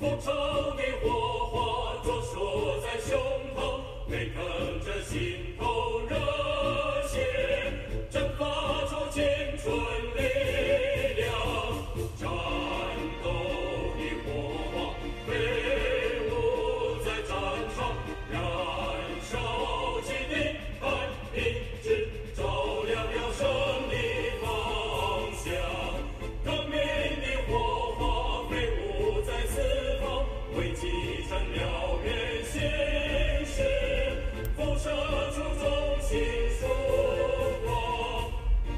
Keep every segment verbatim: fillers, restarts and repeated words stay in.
复仇的火花灼灼在胸膛，沸腾着心头热血，蒸发出青春力量。战斗的火花飞舞在战场，燃烧起敌汉意志，照亮了胜利方向。革命的火花飞舞在四方，为继承了原现实，辐射出中心曙光。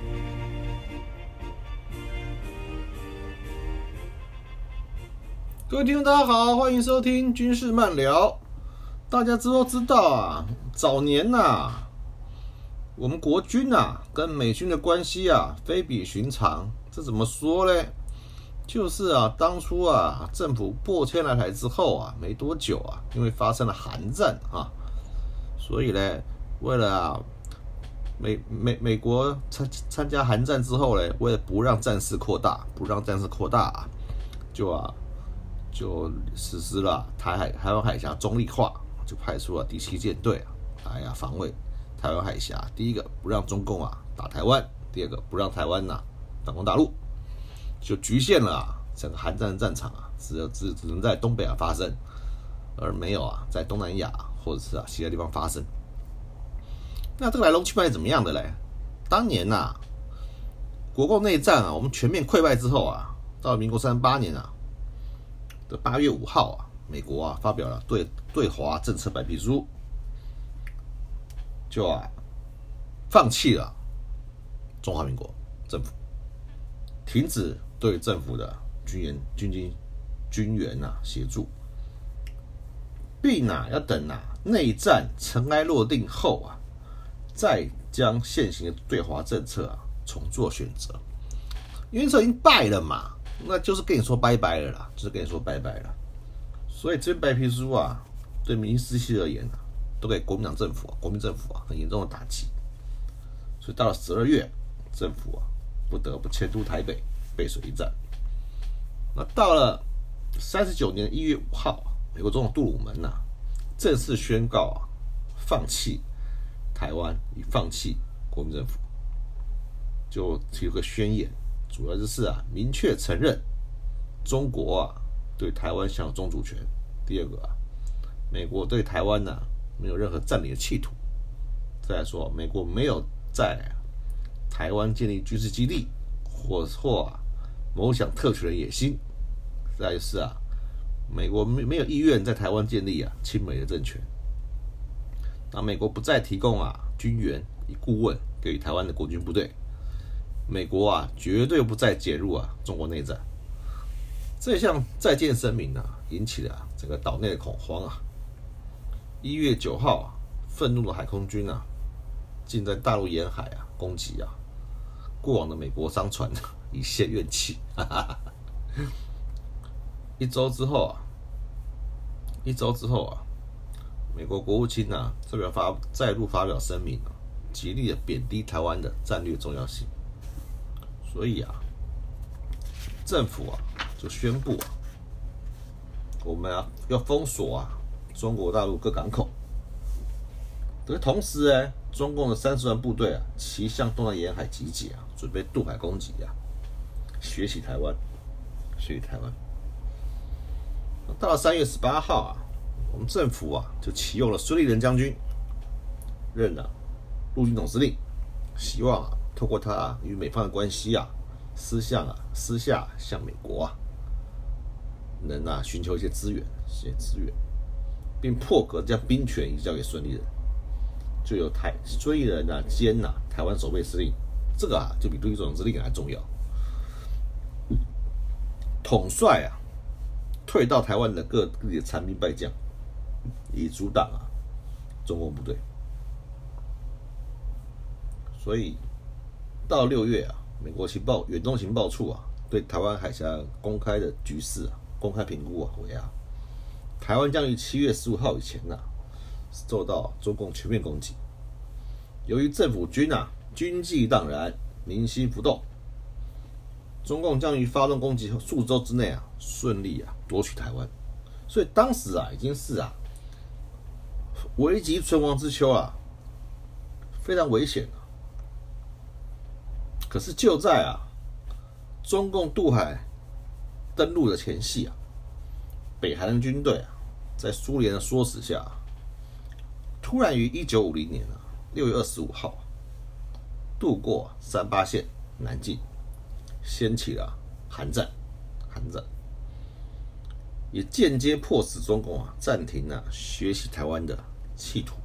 各位听众大家好，欢迎收听军事漫聊。大家知都知道啊，早年啊，我们国军啊跟美军的关系啊非比寻常。这怎么说呢？就是啊，当初啊政府破迁来台之后啊，没多久啊，因为发生了韩战啊，所以呢，为了啊美美美国参参加韩战之后呢，为了不让战事扩大，不让战事扩大啊，就啊就实施了台海台湾海峡中立化，就派出了第七舰队啊来啊防卫台湾海峡。第一个不让中共啊打台湾，第二个不让台湾呐、啊、反攻大陆，就局限了啊整个韩战的战场啊，只只只能在东北亚发生，而没有啊在东南亚或者是啊其他地方发生。那这个来龙去脉是怎么样的嘞？当年呐、啊，国共内战啊，我们全面溃败之后啊，到了民国三十八年啊的八月五号啊，美国啊发表了对对华政策白皮书，就啊放弃了中华民国政府，停止对政府的军援军军军援啊协助，并啊要等啊内战尘埃落定后啊，再将现行的对华政策啊重做选择。因为这已经败了嘛，那就是跟你说拜拜了啦，就是跟你说拜拜了。所以这份白皮书啊，对民意士气而言啊，都给国民党政府、啊、国民政府啊很严重的打击。所以到了十二月，政府啊不得不迁都台北，背水一战。那到了三十九年一月五号，美国总统杜鲁门呐、啊、正式宣告啊放弃台湾，以放弃国民政府，就提出个宣言。主要就是啊，明确承认中国啊对台湾享有宗主权。第二个啊，美国对台湾呢、啊、没有任何占领的企图。再来说，美国没有在台湾建立军事基地或或啊谋想特权的野心。再来就是啊，美国没有意愿在台湾建立啊亲美的政权。那美国不再提供啊军援以顾问给予台湾的国军部队。美国啊，绝对不再介入啊中国内战。这项再见声明啊，引起了、啊、整个岛内的恐慌啊。一月九号啊，愤怒的海空军啊，竟在大陆沿海啊攻击啊过往的美国商船，以泄怨气。一周之后啊，一周之后啊，美国国务卿啊这边发再度发表声明啊，极力的贬低台湾的战略重要性。所以啊，政府啊就宣布啊，我们啊要封锁啊中国大陆各港口。这个同时呢，中共的三十万部队啊齐向东南沿海集结啊，准备渡海攻击啊，学习台湾，学习台湾。到了三月十八号啊，我们政府啊就启用了孙立人将军，任了陆军总司令，希望啊透过他啊与美方的关系啊，私下啊私下向美国啊，能啊寻求一些资源，一些资源，并破格将兵权移交给孙立人，就由台孙立人啊兼啊台湾守备司令，这个啊就比陆军总司令还重要。统帅啊退到台湾的各地的残兵败将，以阻挡啊中共部队。所以到六月啊，美国情报远东情报处啊，对台湾海峡公开的局势啊，公开评估啊，为啊，台湾将于七月十五号以前啊，受到中共全面攻击。由于政府军啊军纪荡然，民心浮动，中共将于发动攻击后数周之内啊，顺利啊夺取台湾， 所以当时啊，已经是啊危急存亡之秋啊，非常危险啊。可是就在啊中共渡海登陆的前夕啊，北韩的军队啊，在苏联的唆使下、啊，突然于一九五零年啊六月二十五号、啊、渡过三八线南进，掀起了韩战。韩战也间接迫使中共啊暂停了学习台湾的企图。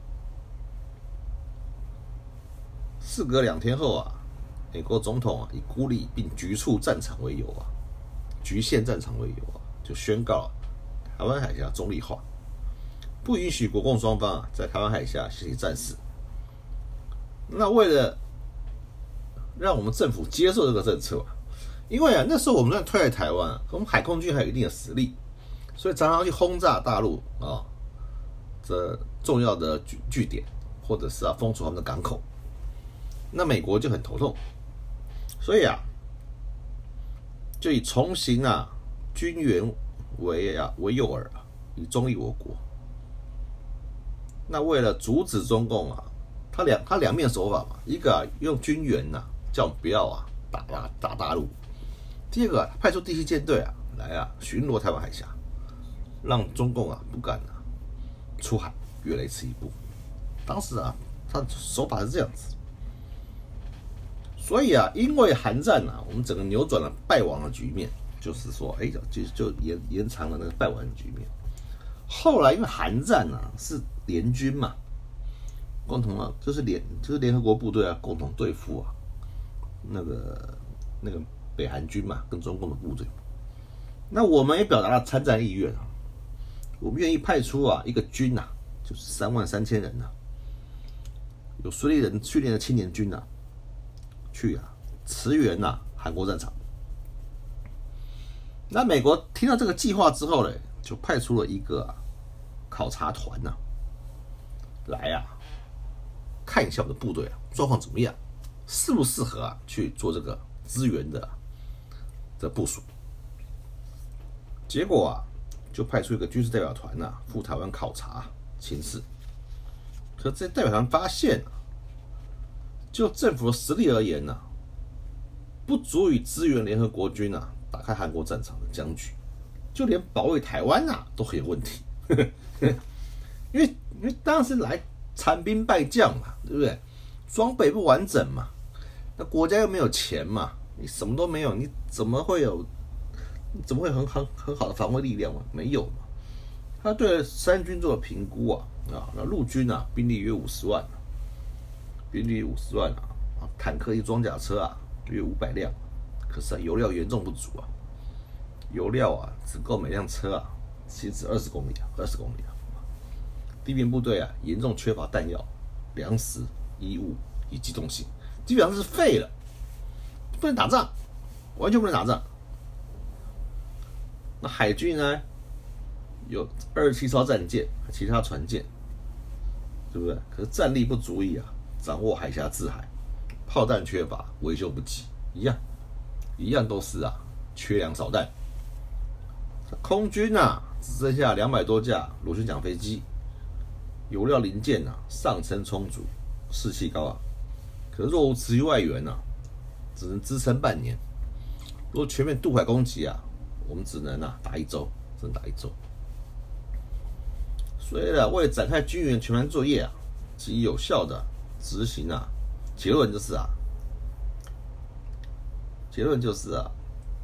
事隔两天后啊，美国总统啊以孤立并局促战场为由啊，局限战场为由啊，就宣告台湾海峡中立化，不允许国共双方啊在台湾海峡进行战事。那为了让我们政府接受这个政策啊，因为啊那时候我们在退在台湾啊，我们海空军还有一定的实力，所以常常去轰炸大陆啊这重要的据点，或者是啊封锁他们的港口。那美国就很头痛，所以啊就以重行啊军援为啊为诱饵啊，以中立我国。那为了阻止中共啊，他两他两面手法嘛，一个、啊、用军援呐、啊，叫我们不要啊打打打大陆；第二个、啊、派出第七舰队啊来啊巡逻台湾海峡，让中共啊不敢啊出海越雷池一步。当时啊，他手法是这样子。所以啊，因为韩战啊，我们整个扭转了败亡的局面，就是说，哎，就就延延长了那个败亡的局面。后来因为韩战啊是联军嘛，共同啊就是联就是联合国部队啊共同对付啊那个那个北韩军嘛，跟中共的部队。那我们也表达了参战意愿啊，我们愿意派出啊一个军啊，就是三万三千人啊，有孙立人训练的青年军啊。去啊，驰援呐、啊、韩国战场。那美国听到这个计划之后呢，就派出了一个、啊、考察团呐、啊，来啊看一下我的部队啊状况怎么样，适不适合啊去做这个支援的的部署。结果啊，就派出一个军事代表团呐、啊，赴台湾考察情势。可这代表团发现、啊。就政府的实力而言呢、啊，不足以支援联合国军啊打开韩国战场的僵局，就连保卫台湾啊都很有问题。因为因为当时来残兵败将嘛，对不对？装备不完整嘛，那国家又没有钱嘛，你什么都没有，你怎么会有怎么会有很很很好的防卫力量嘛？没有嘛。他对三军做了评估啊啊，那陆军啊兵力约五十万。兵力五十万啊，坦克及装甲车啊约五百辆，可是啊油料严重不足啊，油料啊只够每辆车啊行驶二十公里啊，二十公里啊。地面部队啊严重缺乏弹药、粮食、衣物以及机动性，基本上是废了，不能打仗，完全不能打仗。那海军呢有二十七艘战舰，其他船舰，对不对？可是战力不足以啊。掌握海峡制海，炮弹缺乏，维修不及，一样，一样都是啊，缺粮少弹。空军啊，只剩下两百多架螺旋桨飞机，油料零件啊，上层充足，士气高啊。可是若无持续外援啊，只能支撑半年。如果全面渡海攻击啊，我们只能啊打一周，只能打一周。所以呢，为了展开军援全盘作业啊，及有效的执行啊，结论就是啊，结论就是啊，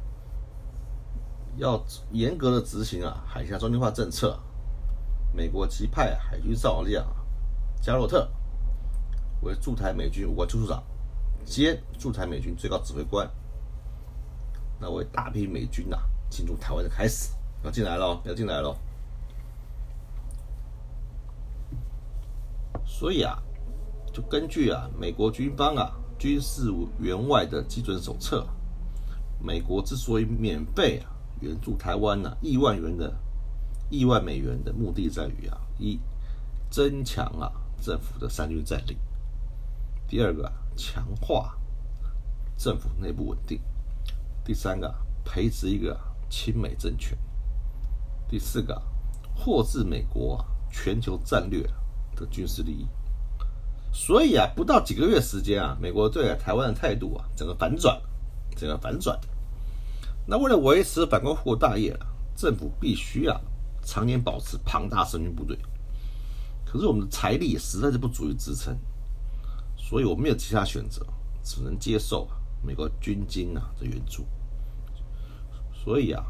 要严格的执行啊海峡中立化政策。美国即派海军少将加洛特为驻台美军武官处处长兼驻台美军最高指挥官，那为大批美军啊进入台湾的开始，要进来喽，要进来喽。所以啊。就根据啊美国军方啊军事援外的基准手册，美国之所以免费啊援助台湾啊亿万元的亿万美元的目的在于啊，一增强啊政府的三军战力，第二个啊强化政府内部稳定，第三个啊培植一个亲美政权，第四个啊获致美国啊全球战略的军事利益。所以啊，不到几个月时间啊，美国对台湾的态度啊，整个反转，整个反转。那为了维持反攻护国大业啊，政府必须啊常年保持庞大生军部队。可是我们的财力实在是不足以支撑，所以我没有其他选择，只能接受啊美国军金啊的援助。所以啊，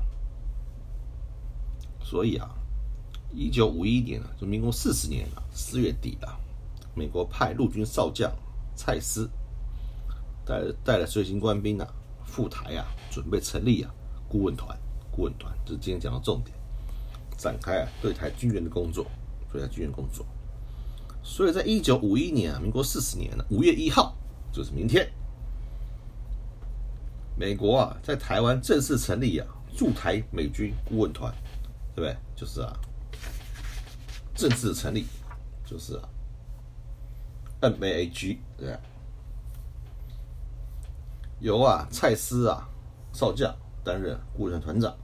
所以啊，一九五一年啊，就民国四十年啊，四月底啊，美国派陆军少将蔡斯带带了随行官兵啊赴台啊，准备成立啊顾问团。顾问团就是今天讲的重点，展开啊对台军援的工作，对台军援工作。所以在一九五一年啊，民国四十年啊五月一号，就是明天，美国啊在台湾正式成立啊驻台美军顾问团，对不对？就是啊正式成立，就是啊 M A A G， 对不对？由啊蔡斯啊少将担任顾问团团长。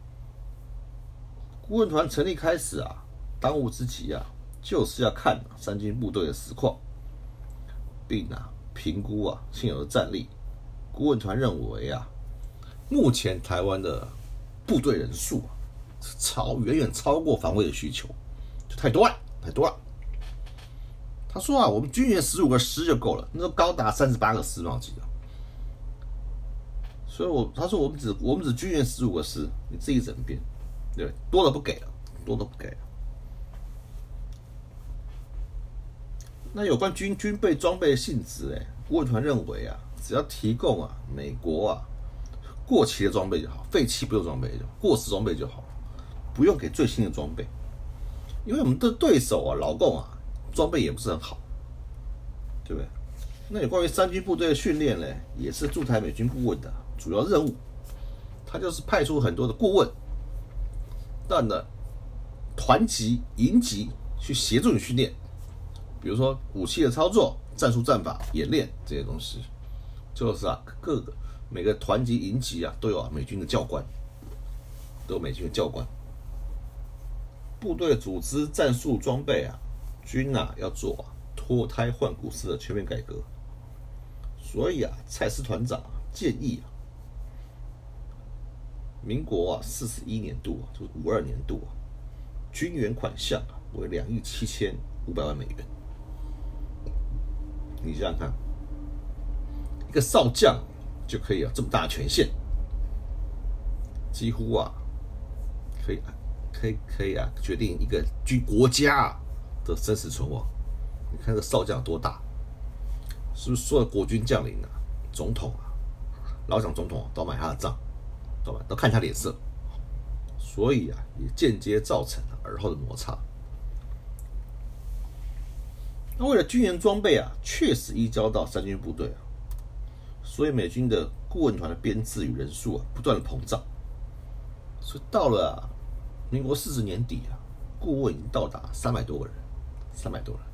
顾问团成立开始啊，当务之急啊，就是要看三军部队的实况，并啊评估啊现有的战力。顾问团认为啊，目前台湾的部队人数啊，超远远超过防卫的需求，就太多了，太多了。他说啊，我们军援十五个师就够了，那时候高达三十八个师嘛，我记得。所以我他说我们只我们只军援十五个师，你自己整编。对，多的不给了，多的不给了。那有关军军备装备的性质，哎，顾问团认为啊，只要提供啊美国啊过期的装备就好，废弃不用装备就好，过时装备就好，不用给最新的装备，因为我们的对手啊老共啊装备也不是很好，对不对？那有关于三军部队的训练呢，也是驻台美军顾问的主要任务，他就是派出很多的顾问。到呢团级、营级去协助你训练，比如说武器的操作、战术战法、演练这些东西，就是啊各个每个团级、营级啊都有啊美军的教官，都有美军的教官。部队组织、战术、装备啊，军啊要做啊脱胎换骨式的全面改革。所以啊，蔡斯团长、啊、建议啊。民国啊，四十一年度啊，就是五二年度啊，军援款项啊为两亿七千五百万美元。你想想看，一个少将就可以有这么大的权限，几乎啊，可以可以可以啊，决定一个军国家啊的生死存亡。你看这个少将有多大？是不是所有国军将领啊、总统啊、老蒋总统、啊、都买他的账？都看他脸色，所以啊，也间接造成了而后的摩擦。那为了军援装备啊，确实移交到三军部队啊，所以美军的顾问团的编制与人数啊，不断的膨胀。所以到了啊，民国四十年底啊，顾问已经到达三百多个人，三百多人。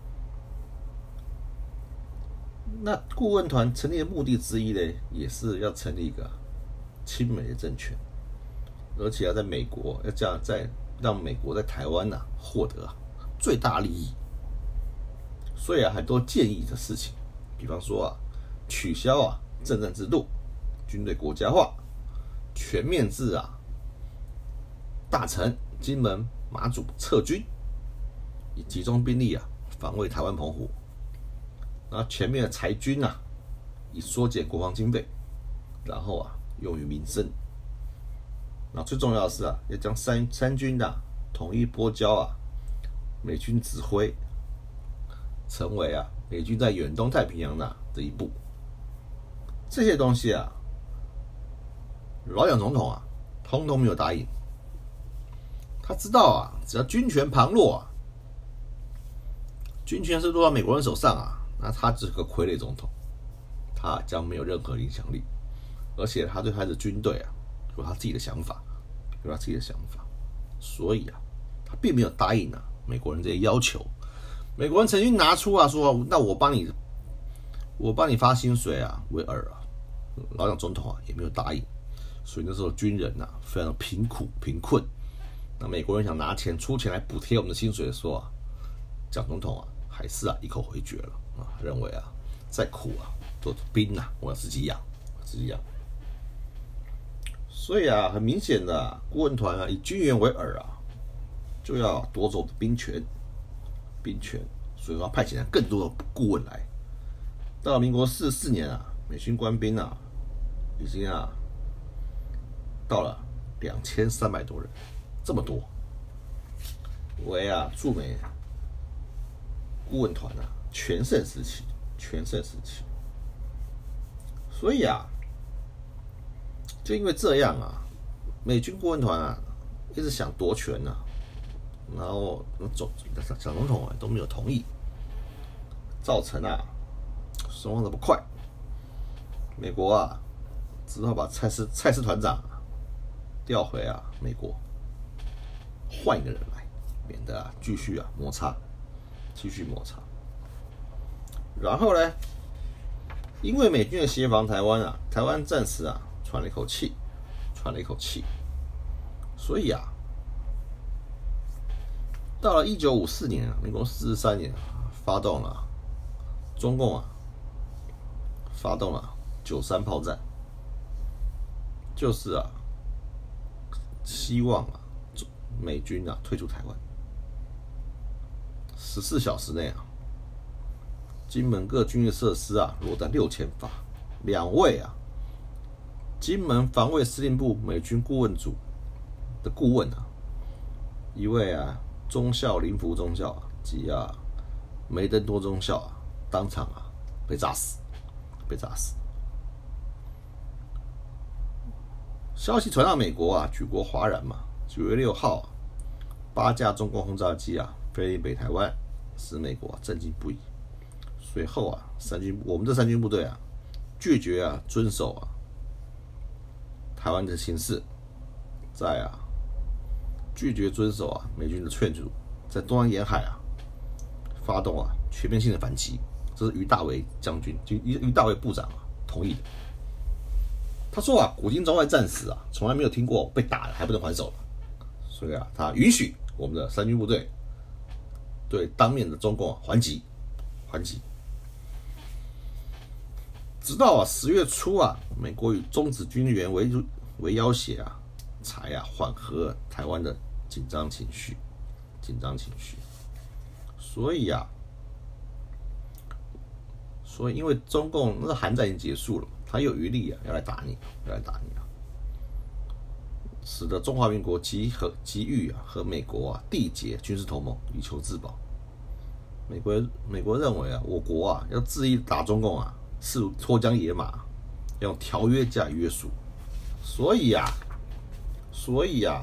那顾问团成立的目的之一呢，也是要成立一个亲美的政权，而且要在美国要这样在让美国在台湾啊获得啊最大利益。所以啊，很多建议的事情，比方说啊，取消啊政战制度，军队国家化，全面制啊大城、金门、马祖撤军，以集中兵力啊防卫台湾澎湖，然后全面的裁军啊，以缩减国防经费，然后啊用于民生。那最重要的是啊，要将三三军的、啊、统一拨交啊美军指挥，成为啊美军在远东太平洋的的一部。这些东西啊，老蒋总统啊，通通没有答应。他知道啊，只要军权旁落啊，军权是落到美国人手上啊，那他只是个傀儡总统，他将没有任何影响力。而且他对他的军队啊，有他自己的想法，有他自己的想法，所以啊，他并没有答应啊美国人这些要求。美国人曾经拿出啊说，那我帮你，我帮你发薪水啊为二啊，老蒋总统啊也没有答应。所以那时候军人啊非常的贫苦贫困， 那美国人想拿钱出钱来补贴我们的薪水的时候啊，蒋总统啊还是啊一口回绝了啊，认为啊再苦啊做兵啊，我要自己养，自己养。所以啊，很明显的、啊，顾问团啊以军援为饵啊，就要夺走兵权，兵权，所以要派遣了更多的顾问来。到了民国四十四年啊，美军官兵啊已经啊到了两千三百多人，这么多，为啊驻美顾问团啊全盛时期，全盛时期。所以啊，就因为这样啊，美军顾问团啊一直想夺权啊，然后总蒋总统啊都没有同意，造成啊双方这么快，美国啊只好把蔡司蔡司团长、啊、调回啊美国，换一个人来，免得啊继续啊摩擦，继续摩擦。然后呢，因为美军的协防台湾啊，台湾暂时啊喘了一口气，喘了一口气，所以啊，到了一九五四年啊，民国四十三年、啊、发动了中共啊，发动了九三炮战，就是啊，希望啊美军啊退出台湾。十四小时内啊，金门各军事设施啊落弹六千发，两位啊金门防卫司令部美军顾问组的顾问啊，一位啊中校林福中校啊及啊梅登多中校啊，当场啊被炸死，被炸死。消息传到美国啊，举国哗然嘛。九月六号、啊，八架中共轰炸机啊飞临北台湾，使美国、啊、震惊不已。随后啊，三军我们的三军部队啊，拒绝啊遵守啊台湾的形势，在啊拒绝遵守啊美军的劝阻，在东南沿海啊发动啊全面性的反击。这是于大为将军，就于大为部长啊同意的。他说啊，古今中外战史啊，从来没有听过被打了还不能还手了，所以啊，他允许我们的三军部队对当面的中共、啊、还击，还击。直到啊十月初啊，美国以终止军援为为要挟啊，才啊缓和台湾的紧张情绪，紧张情绪。所以啊，所以因为中共那个韩战已经结束了，他有余力啊要来打你，要来打你啊，使得中华民国急和急欲啊和美国啊缔结军事同盟，以求自保。美国美国认为啊，我国啊要恣意打中共啊，是脱缰野马，要用条约加以约束。所以啊，所以啊，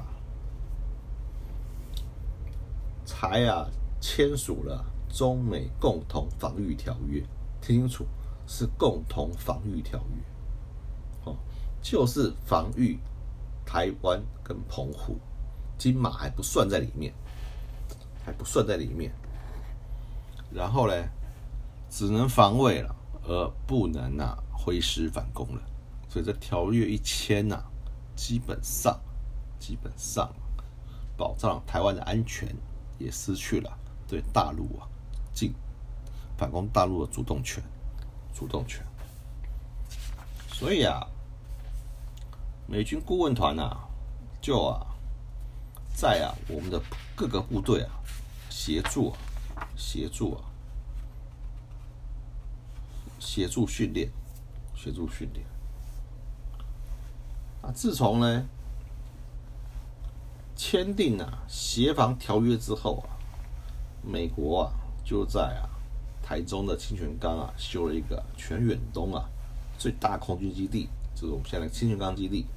才啊签署了中美共同防御条约。听清楚，是共同防御条约，哦，就是防御台湾跟澎湖，金马还不算在里面，还不算在里面。然后呢，只能防卫了，而不能啊挥师反攻了。所以这条约一签呐、啊，基本上基本上保障台湾的安全，也失去了对大陆啊进反攻大陆的主动权，主动权。所以啊，美军顾问团啊，就啊，在啊我们的各个部队啊协助啊协助啊协助训练，协助训练。啊，自从呢签订啊协防条约之后啊，美国啊就在啊台中的清泉岗啊修了一个全远东啊最大空军基地，就是我们现在的清泉岗基地。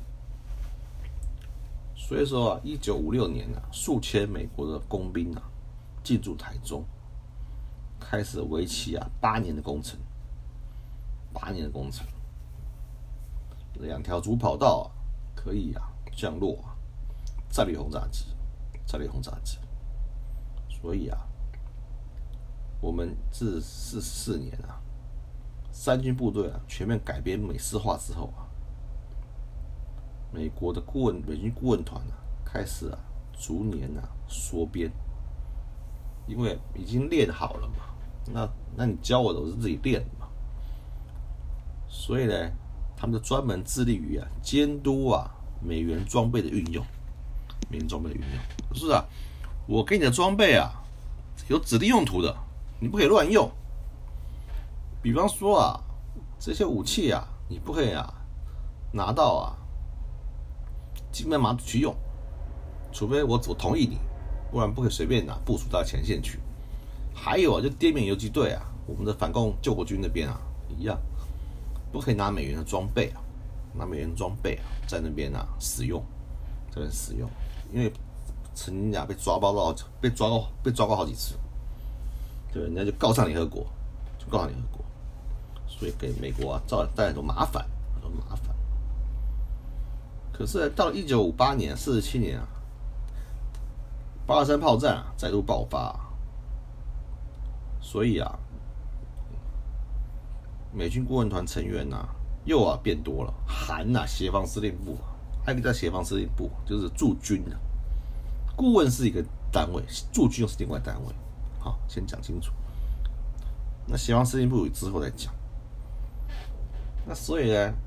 所以说啊，一九五六年啊，数千美国的工兵啊进驻台中，开始为期啊八年的工程，八年的工程，两条主跑道啊可以啊降落啊战略轰炸机，战略轰炸机。所以啊，我们自四十四年啊，三军部队啊全面改编美式化之后啊，美国的顾问美军顾问团啊开始啊逐年啊缩编，因为已经练好了嘛。那那你教我的，我是自己练的嘛。所以呢，他们就专门致力于啊监督啊美元装备的运用，美元装备的运用，是啊，我给你的装备啊有指定用途的，你不可以乱用。比方说啊，这些武器啊，你不可以啊拿到啊金门马祖去用，除非我我同意你，不然不可以随便拿部署到前线去。还有啊，就滇缅游击队啊，我们的反共救国军那边啊一样，不可以拿美元的装备啊，拿美元装备啊在那边啊使用，在那边使用，因为曾经啊被抓包到被抓过被抓过好几次，对，人家就告上联合国，就告上联合国，所以给美国啊造带来很多麻烦，很多麻烦。可是到了一九五八年，四十七年啊，八二三炮战啊再度爆发、啊，所以啊，美军顾问团成员啊又啊变多了，含啊协防司令部啊，还有一个叫协防司令部，就是驻军的、啊，顾问是一个单位，驻军又是另外单位。好，先讲清楚。那协防司令部之后再讲。那所以呢，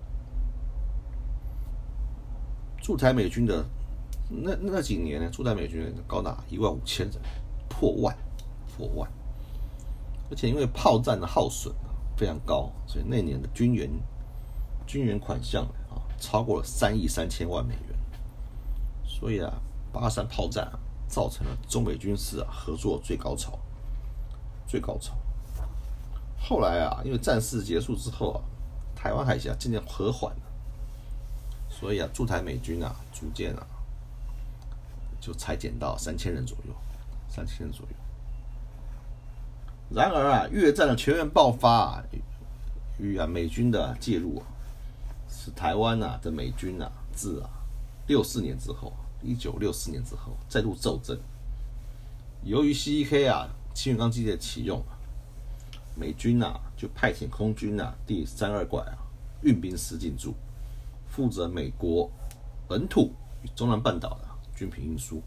驻台美军的那那几年呢，驻台美军人高达一万五千人，破万，破万。而且因为炮战的耗损啊非常高，所以那年的军援军援款项啊超过了三亿三千万美元。所以啊，八二三炮战啊造成了中美军事啊合作最高潮，最高潮。后来啊，因为战事结束之后啊，台湾海峡渐渐和缓了，所以啊，驻台美军啊逐渐啊就裁减到三千人左右，三千人左右。然而啊，越战的全面爆发啊，与啊美军的介入啊，使台湾啊的美军啊自啊六四年之后，一九六四年之后再度骤增。由于 C E K 啊轻巡钢基地的启用啊，美军啊就派遣空军啊第三二拐啊运兵师进驻，负责美国本土与中南半岛的军品运输。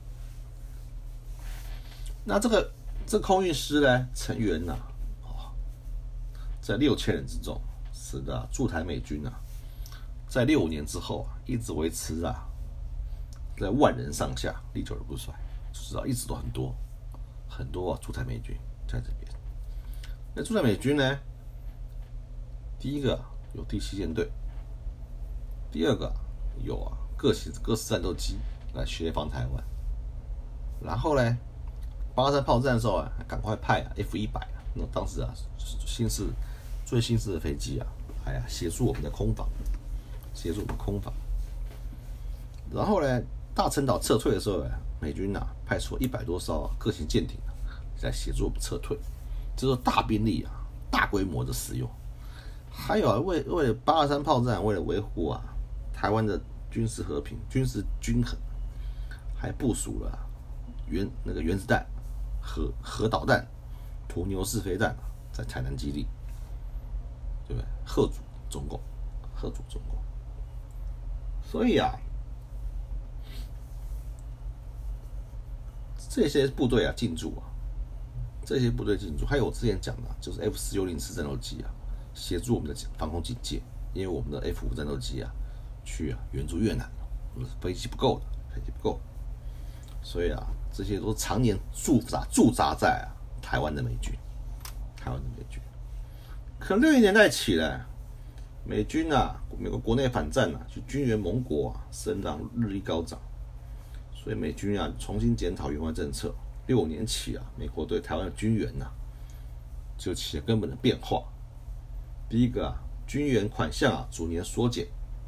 那这个这个空运师呢，成员呐、啊哦，在六千人之中，使得、啊、驻台美军啊，在六年之后啊，一直维持啊，在万人上下，历久而不衰，就知道一直都很多很多啊，驻台美军在这边。那驻台美军呢，第一个有第七舰队，第二个有啊各型各式战斗机来协防台湾，然后呢，八二三炮战的时候啊，赶快派啊 F 一百啊，那当时啊新式最新式的飞机啊，哎呀协助我们的空防，协助我们空防。然后呢，大陈岛撤退的时候啊，美军啊派出一百多艘、啊、各型舰艇啊来协助我们撤退，这是大兵力啊，大规模的使用。还有啊，为为了八二三炮战，为了维护啊台湾的军事和平、军事均衡，还部署了、啊、原那个原子弹、核核导弹、途牛式飞弹、啊、在台南基地，对不对？吓阻中共，吓阻中共。所以啊，这些部队啊进驻啊，这些部队进驻，还有我之前讲的、啊，就是 F 四六零式战斗机啊。协助我们的防空警戒，因为我们的 F 五战斗机啊，去啊援助越南，我们飞机不够的，飞机不够，所以啊，这些都是常年驻扎驻扎在啊台湾的美军，台湾的美军。可六零年代起来，美军啊，美国国内反战啊，去军援盟国啊，声浪日益高涨，所以美军啊重新检讨援外政策。六年起啊，美国对台湾的军援呐、啊，就起了根本的变化。第一个啊，军援款项啊逐年缩减，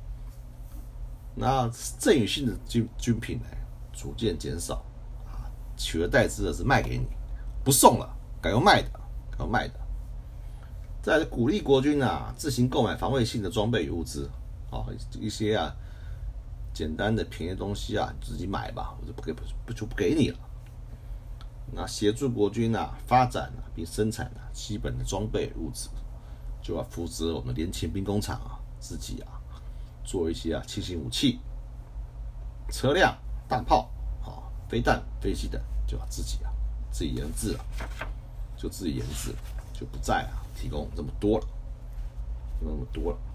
那赠与性的军军品呢逐渐减少啊，取而代之的是卖给你，不送了，改用卖的，改用卖的。再来鼓励国军啊自行购买防卫性的装备与物资啊，一些啊简单的便宜的东西啊你自己买吧，我就不给不就不给你了。那协助国军啊发展啊并生产啊基本的装备物资。就要扶持我们联勤兵工厂啊，自己啊做一些啊轻型武器、车辆、大炮啊， 飞弹、飞机的就要自己啊自己研制啊，就自己研制，就不再啊提供这么多了，那么多了。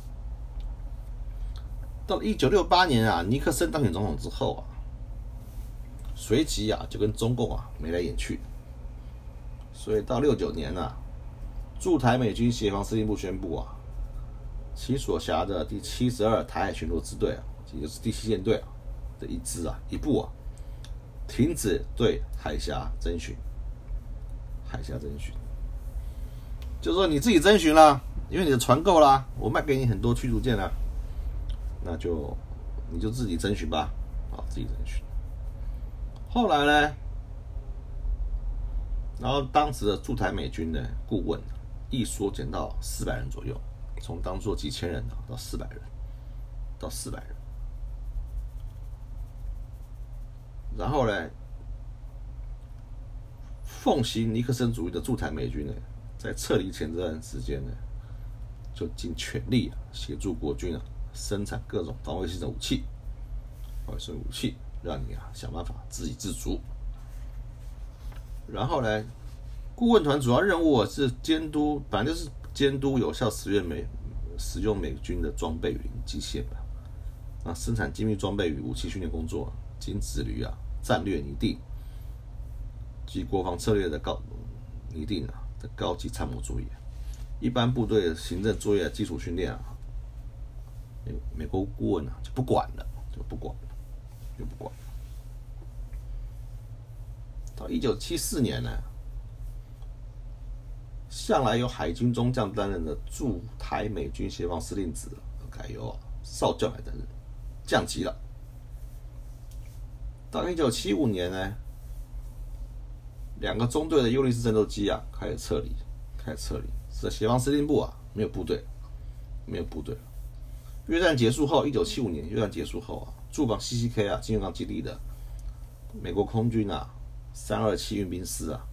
到了一九六八年啊，尼克森当选总统之后啊，随即啊就跟中共啊眉来眼去，所以到六九年啊，驻台美军协防司令部宣布啊，其所辖的第七十二台海巡逻支队啊，也就是第七舰队啊的一支啊一部啊，停止对海峡侦巡，海峡侦巡，就是说你自己侦巡啦，因为你的船够啦，我卖给你很多驱逐舰啦。那就你就自己侦巡吧，好，自己侦巡。后来呢，然后当时的驻台美军的顾问一缩减到四百人左右，从当初几千人到四百人，到四百人。然后呢，奉行尼克森主义的驻台美军呢，在撤离前这段时间呢，就尽全力啊协助国军啊。生产各种防卫性的武器，防卫性武器，让你啊想办法自给自足。然后呢，顾问团主要任务是监督，本来就是监督有效使用美使用美军的装备与机械吧。那生产精密装备与武器训练工作，仅止于啊战略拟定及国防策略的高拟定啊的高级参谋作业。一般部队的行政作业基础训练啊。美国顾问啊就不管了，就不管了，就不管了。到一九七四年呢，向来由海军中将担任的驻台美军协防司令职，改由、啊、少将来担任，降级了。到一九七五年呢，两个中队的尤利斯战斗机啊开始撤离，开始撤离，使得协防司令部啊没有部队，没有部队了。越战结束后，一九七五年越战结束后啊，驻防 C C K 啊金元港基地的美国空军啊三二七运兵师啊，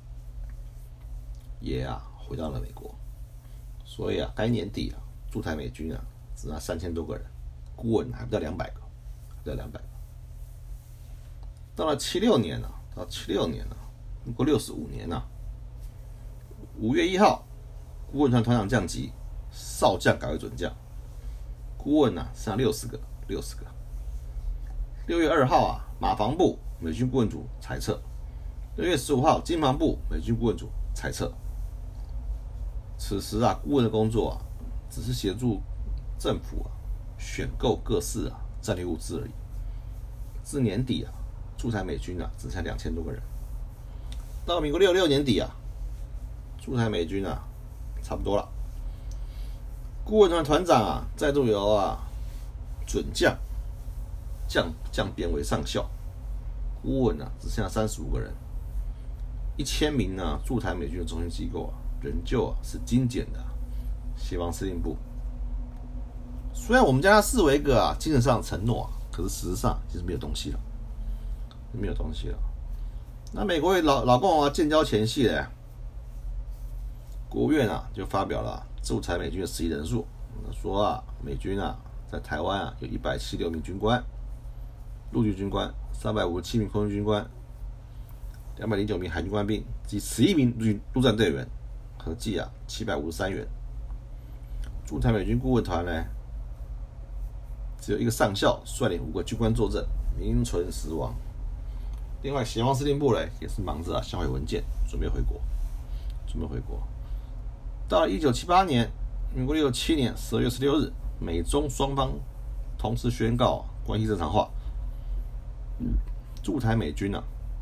也啊回到了美国。所以啊，该年底啊，驻台美军啊只拿三千多个人，顾问还不到两百个，不到两百个。到了七六年啊，到七六年啊，民国六十五年啊，五月一号，顾问团团长降级，少将改为准将。顾问啊，剩下六十个，六十个。六月二号啊，马防部美军顾问组裁撤。六月十五号，经防部美军顾问组裁撤。此时啊，顾问的工作啊，只是协助政府啊选购各式啊战略物资而已。至年底啊，驻台美军啊只剩两千多个人。到民国六六年底啊，驻台美军啊差不多了。顾问团团长啊，再度由啊准将降降编为上校，顾问啊只剩下三十五个人，一千名呢驻台美军的中心机构啊，仍旧啊是精简的协防司令部。虽然我们将它视为一个啊精神上的承诺啊，可是事实上其实没有东西了，没有东西了。那美国与老老共啊建交前夕呢，国务院啊就发表了驻台美军的实际人数，说啊美军啊在台湾啊有一百七十六名军官，陆军军官三百五十七名空军军官，两百零九名海军官兵及十一名陆陆战队员，合计啊七百五十三人。驻台美军顾问团呢，只有一个上校率领五个军官坐镇，名存实亡。另外，协防司令部呢也是忙着啊销毁文件，准备回国，准备回国。到了一九七八年，民国六十七年十二月十六日，美中双方同时宣告关系正常化，驻台美军啊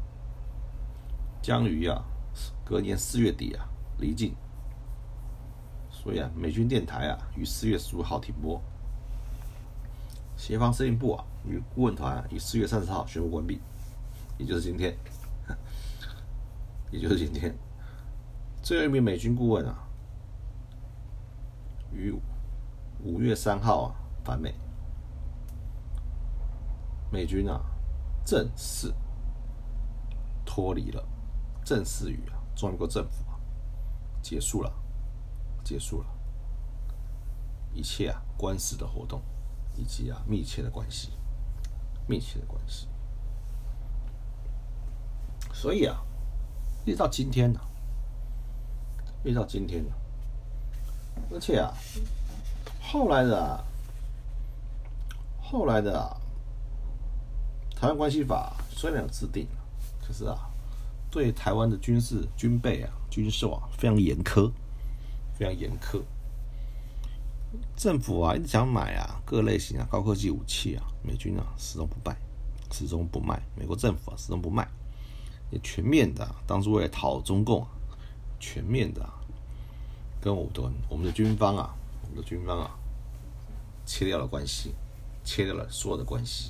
将于啊隔年四月底啊离境。所以啊，美军电台啊于四月十五号停播，协防司令部啊与顾问团、啊、于四月三十号宣布关闭，也就是今天，也就是今天，最后一名美军顾问啊于五月三号啊返美，美军啊正式脱离了，正式与啊中华民国政府啊结束了。结束了一切啊官司的活动，以及啊密切的关系，密切的关系。 所以啊，一直到今天呢、啊，一直到今天呢、啊，而且啊，后来的、啊、后来的、啊、台湾关系法虽然有制定，可是啊，对台湾的军事军备啊、军售啊非常严苛，非常严苛。政府啊一直想买啊各类型啊高科技武器啊，美军啊始终不卖，始终不卖。美国政府啊始终不卖，也全面的、啊、当初为了讨中共、啊，全面的、啊、跟我的我们的军方啊，我们的军方啊切掉了关系，切掉了所有的关系，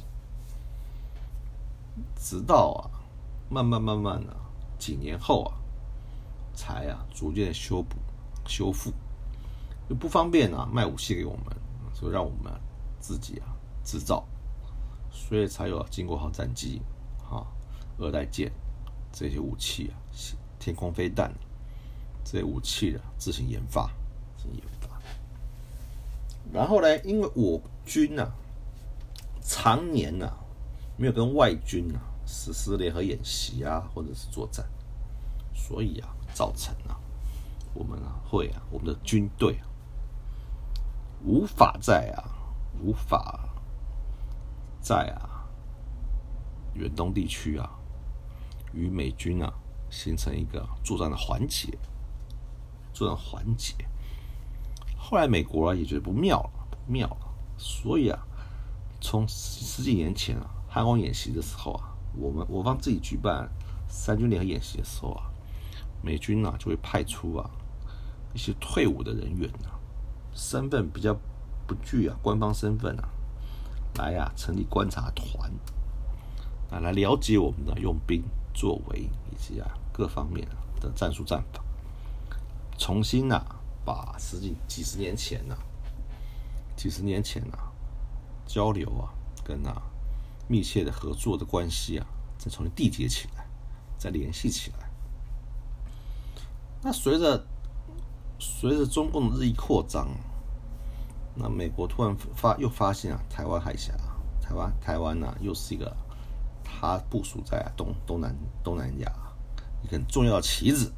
直到啊慢慢慢慢啊几年后啊，才啊逐渐修补修复。就不方便啊，卖武器给我们，所以让我们、啊、自己啊制造，所以才有、啊、经过号战机、啊二代舰这些武器啊，天空飞弹这些武器啊自行研发，自行研发。然后呢，因为我军啊常年啊没有跟外军啊实施联合演习啊，或者是作战，所以啊造成啊我们啊会啊我们的军队啊。无法在啊，无法在啊远东地区啊，与美军啊形成一个作战的环节，作战环节。后来美国啊也觉得不妙了，不妙了，所以啊，从十几年前啊汉光演习的时候啊，我们我方自己举办三军联合演习的时候啊，美军啊就会派出啊一些退伍的人员啊。身份比较不具啊，官方身份啊，来啊成立观察团，啊来了解我们的用兵作为以及啊各方面的战术战法，重新啊把十几几十年前啊几十年前啊交流啊跟啊密切的合作的关系啊再重新缔结起来，再联系起来。那随着随着中共的日益扩张，那美国突然发又发现啊，台湾海峡，台湾台湾呢、啊、又是一个它部署在、啊、东东南东南亚一个很重要的棋子，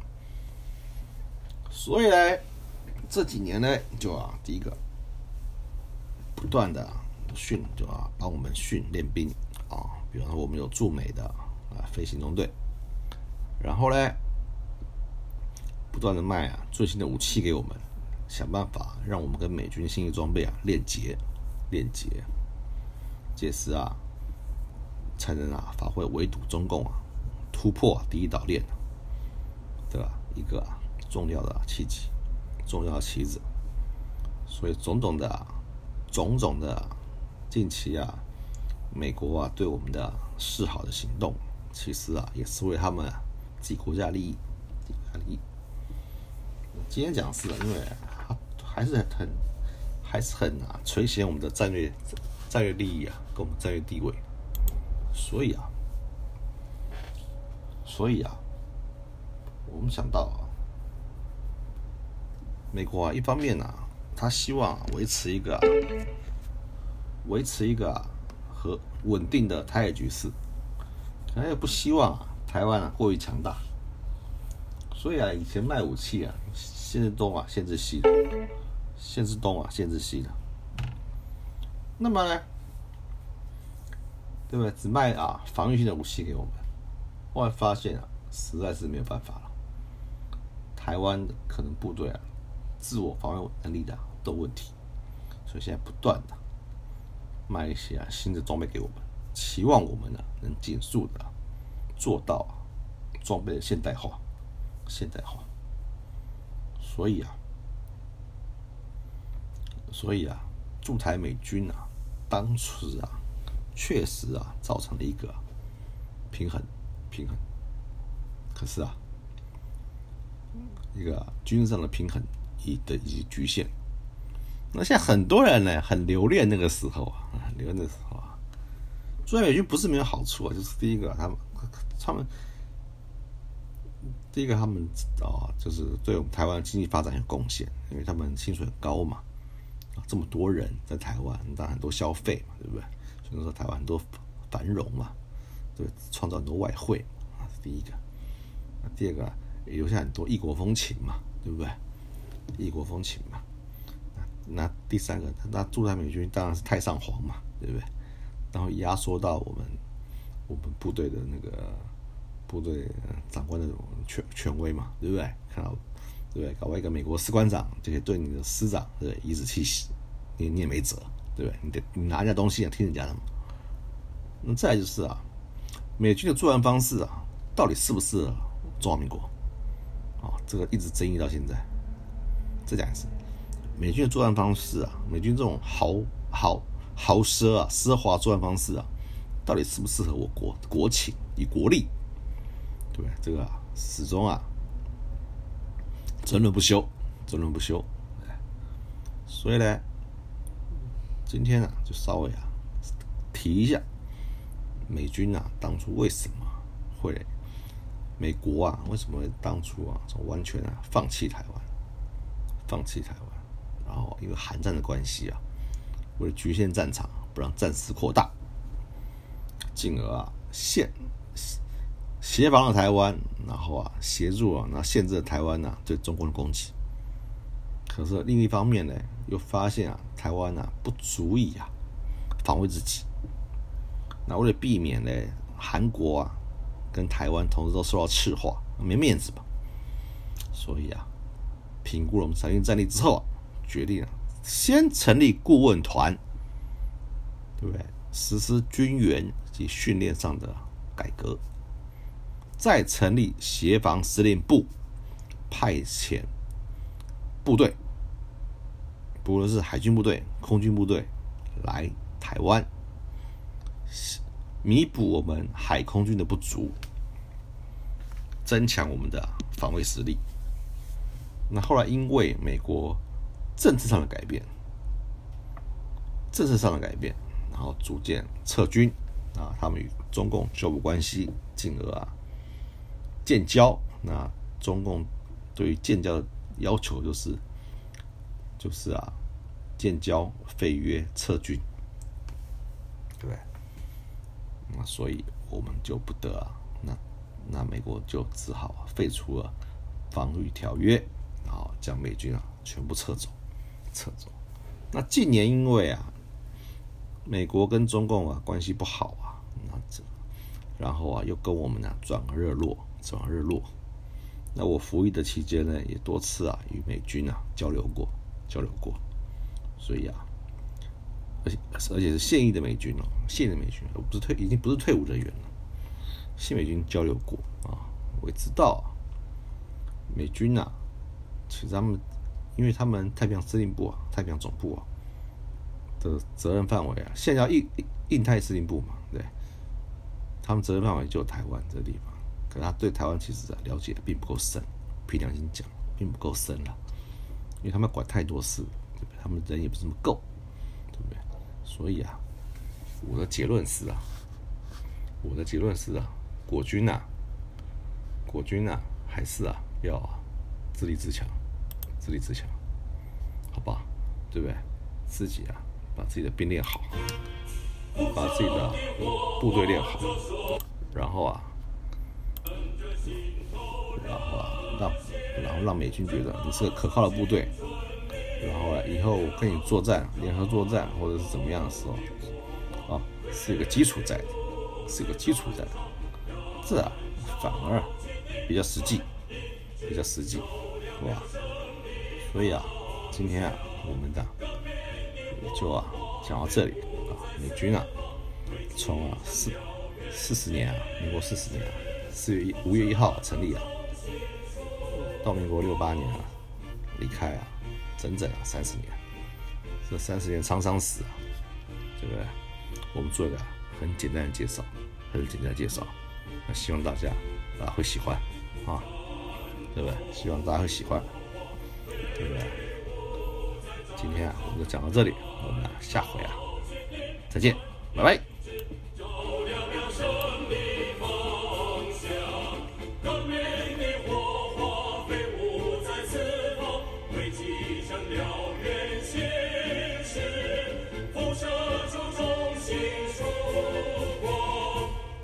所以呢，这几年呢就啊第一个不断的训就啊帮我们训练兵啊，比方说我们有驻美的啊飞行中队，然后呢。不断的卖啊最新的武器给我们，想办法让我们跟美军新的装备啊链接链接，届时啊才能啊发挥围堵中共啊突破、啊、第一岛链对吧？一个、啊、重要的契机，重要的棋子。所以种种的、啊、种种的、啊、近期啊美国啊对我们的示好的行动，其实啊也是为他们、啊、自己国家利益，自己国家利益。今天讲是因为还是很还是很啊垂涎我们的战略战略利益啊，跟我们战略地位，所以啊，所以啊，我们想到啊，美国啊，一方面啊，他希望维持一个维持一个啊和稳定的台海局势，可能也不希望啊台湾啊过于强大。所以啊，以前卖武器啊，限制东啊，限制西的，限制东啊，限制西的。那么呢，对不对？只卖啊防御性的武器给我们，后来发现啊，实在是没有办法了。台湾的可能部队啊，自我防卫能力的、啊、都有问题，所以现在不断的卖一些啊新的装备给我们，期望我们呢、啊、能尽速的、啊、做到、啊、装备的现代化。现代化，所以啊，所以啊，驻台美军啊，当时啊，确实啊，造成了一个平衡，平衡。可是啊，一个军事上的平衡以的以及局限。那现在很多人呢，很留恋那个时候啊，留恋那个时候啊。驻台美军不是没有好处啊，就是第一个，他们他们。第一个，他们啊，就是对我们台湾经济发展有贡献，因为他们薪水很高嘛，啊，这么多人在台湾，当然很多消费嘛，对不对？所以说台湾很多繁荣嘛，对，创造很多外汇啊， 第一个。那第二个、啊、也留下很多异国风情嘛，对不对？异国风情嘛。那, 那第三个，那驻台美军当然是太上皇嘛，对不对？然后压缩到我们我们部队的那个部队长官的权权威嘛，对不对？看到对不对？搞外一个美国士官长就可以对你的师长对不对颐指气使，你你也没辙，对不对？你得你拿人家东西啊，听人家的嘛。那再来就是啊，美军的作战方式啊，到底适不适合中华民国？啊、哦，这个一直争议到现在。再讲一次，美军的作战方式啊，美军这种豪豪豪奢啊、奢华作战方式啊，到底适不适合我国国情与国力？对不对？这个啊，始终啊，争论不休，争论不休。所以呢，今天啊，就稍微啊提一下美军啊，当初为什么会美国啊，为什么会当初啊，从完全啊放弃台湾，放弃台湾，然后因为韩战的关系啊，为了局限战场，不让战事扩大，进而啊限协防了台湾，然后啊协助啊，那限制了台湾啊对中共的攻击。可是另一方面呢，又发现啊台湾啊不足以啊防卫自己。那为了避免呢韩国啊跟台湾同时都受到赤化，没面子嘛，所以啊评估了我们残余战力之后啊，决定啊先成立顾问团，对不对？实施军援及训练上的改革，再成立协防司令部，派遣部队，不论是海军部队、空军部队来台湾，弥补我们海空军的不足，增强我们的防卫实力。那后来因为美国政治上的改变，政治上的改变，然后逐渐撤军啊，他们与中共修补关系，进而啊建交。那中共对于建交的要求就是就是啊建交废约撤军，对不对？那所以我们就不得啊，那那美国就只好废除了防御条约，然后将美军啊全部撤走，撤走。那近年因为啊美国跟中共啊关系不好啊，那这然后啊又跟我们啊转而热络，转而热络。那我服役的期间呢，也多次啊与美军啊交流过，交流过。所以啊，而且而且是现役的美军哦，现役的美军，不是退，已经不是退伍人员了。现美军交流过啊，我也知道啊，美军啊，其实他们，因为他们太平洋司令部啊，太平洋总部啊的责任范围啊，现在叫印印太司令部嘛，对，他们责任范围就有台湾这个地方，可是他对台湾其实啊了解并不够深，凭良心讲，并不够深了，因为他们管太多事，对不对？他们人也不是这么够，对不对？所以啊，我的结论是啊，我的结论是啊，国军啊，国军啊，还是啊要啊自立自强，自立自强，好吧，对不对？自己啊，把自己的兵练好，把自己的部队练好，然后啊，然后啊，让然后让美军觉得你是个可靠的部队，然后啊，以后跟你作战、联合作战或者是怎么样的时候，啊，是一个基础在的，是一个基础在的，这啊反而比较实际，比较实际，对吧？所以啊，今天啊，我们的就啊讲到这里啊，美军啊，从啊四四十年啊，民国四十年啊，四月一五月一号成立啊，到民国六八年啊离开啊，整整啊三十年，这三十年沧桑史啊，对不对？我们做一个很简单的介绍，很简单的介绍，那希望大家啊会喜欢啊，对不对？希望大家会喜欢，对不对？今天啊，我们就讲到这里，我们、啊、下回啊再见，拜拜。 辐射出中心。